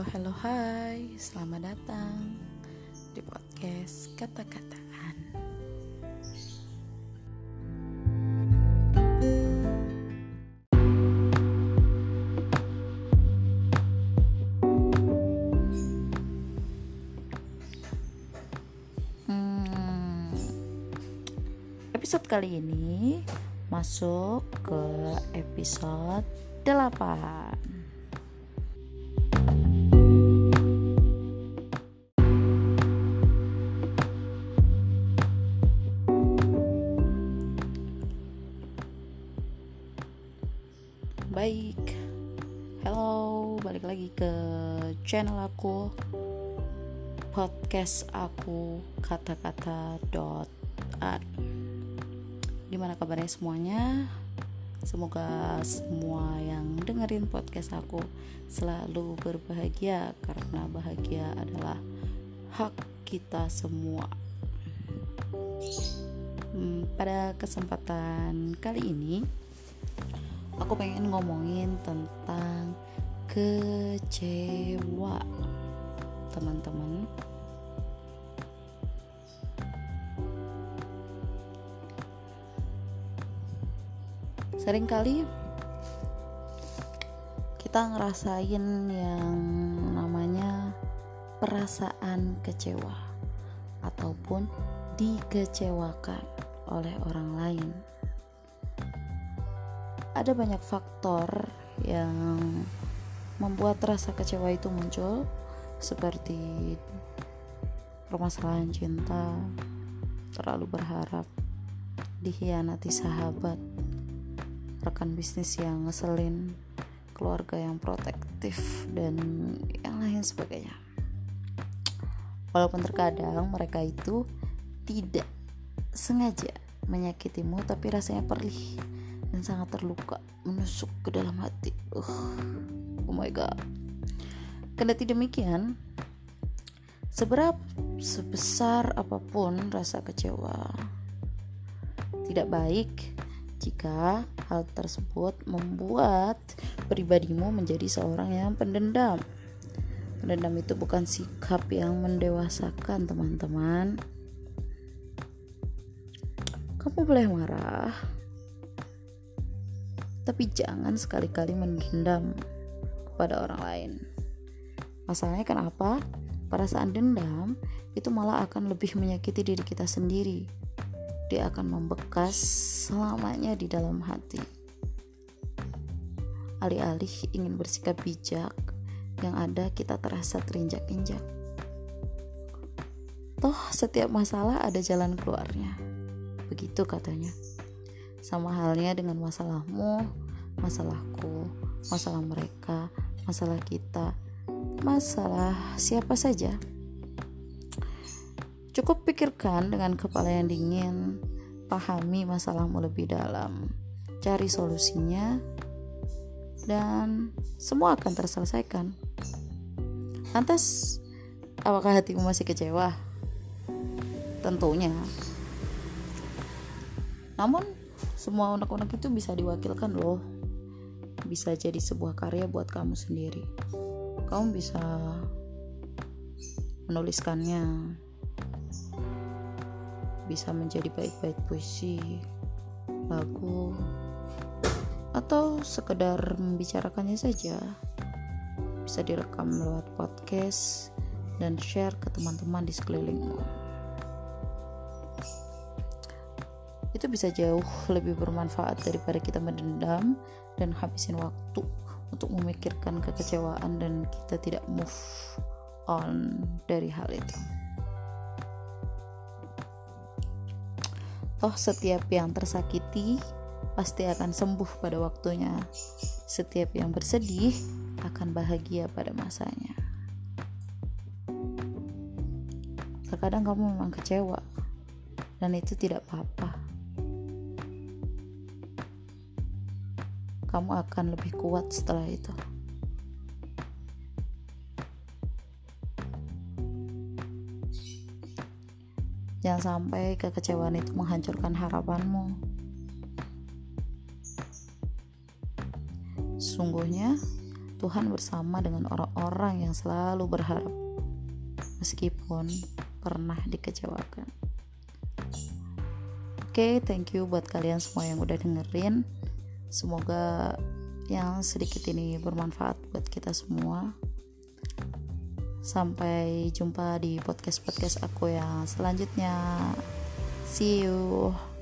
Halo, hai, selamat datang di podcast Kata-Kataan. Episode kali ini masuk ke episode 8. Baik, halo, balik lagi ke channel aku, podcast aku, kata-kata.art. Gimana kabarnya semuanya? Semoga semua yang dengerin podcast aku selalu berbahagia, karena bahagia adalah hak kita semua. Pada kesempatan kali ini aku pengen ngomongin tentang kecewa, teman-teman. Seringkali kita ngerasain yang namanya perasaan kecewa ataupun dikecewakan oleh orang lain. Ada banyak faktor yang membuat rasa kecewa itu muncul, seperti permasalahan cinta, terlalu berharap, dikhianati sahabat, rekan bisnis yang ngeselin, keluarga yang protektif, dan yang lain sebagainya. Walaupun terkadang mereka itu tidak sengaja menyakitimu, tapi rasanya perih dan sangat terluka, menusuk ke dalam hati. Oh my god. Kendati demikian, sebesar apapun rasa kecewa, tidak baik jika hal tersebut membuat pribadimu menjadi seorang yang pendendam. Pendendam itu bukan sikap yang mendewasakan, teman-teman. Kamu boleh marah, tapi jangan sekali-kali mendendam kepada orang lain. Masalahnya kenapa? Perasaan dendam itu malah akan lebih menyakiti diri kita sendiri. Dia akan membekas selamanya di dalam hati. Alih-alih ingin bersikap bijak, yang ada kita terasa terinjak-injak. Toh setiap masalah ada jalan keluarnya, begitu katanya. Sama halnya dengan masalahmu, masalahku, masalah mereka, masalah kita, masalah siapa saja. Cukup pikirkan dengan kepala yang dingin, pahami masalahmu lebih dalam, cari solusinya, dan semua akan terselesaikan. Lantas, apakah hatimu masih kecewa? Tentunya. Namun, semua unek-unek itu bisa diwakilkan loh. Bisa jadi sebuah karya buat kamu sendiri. Kamu bisa menuliskannya, bisa menjadi bait-bait puisi, lagu, atau sekedar membicarakannya saja. Bisa direkam lewat podcast dan share ke teman-teman di sekelilingmu. Itu bisa jauh lebih bermanfaat daripada kita mendendam dan habisin waktu untuk memikirkan kekecewaan dan kita tidak move on dari hal itu. Toh setiap yang tersakiti pasti akan sembuh pada waktunya. Setiap yang bersedih akan bahagia pada masanya. Terkadang kamu memang kecewa, dan itu tidak apa-apa. Kamu akan lebih kuat setelah itu. Jangan sampai kekecewaan itu menghancurkan harapanmu. Sesungguhnya Tuhan bersama dengan orang-orang yang selalu berharap meskipun pernah dikecewakan. Oke, thank you buat kalian semua yang udah dengerin. Semoga yang sedikit ini bermanfaat buat kita semua. Sampai jumpa di podcast aku yang selanjutnya. See you.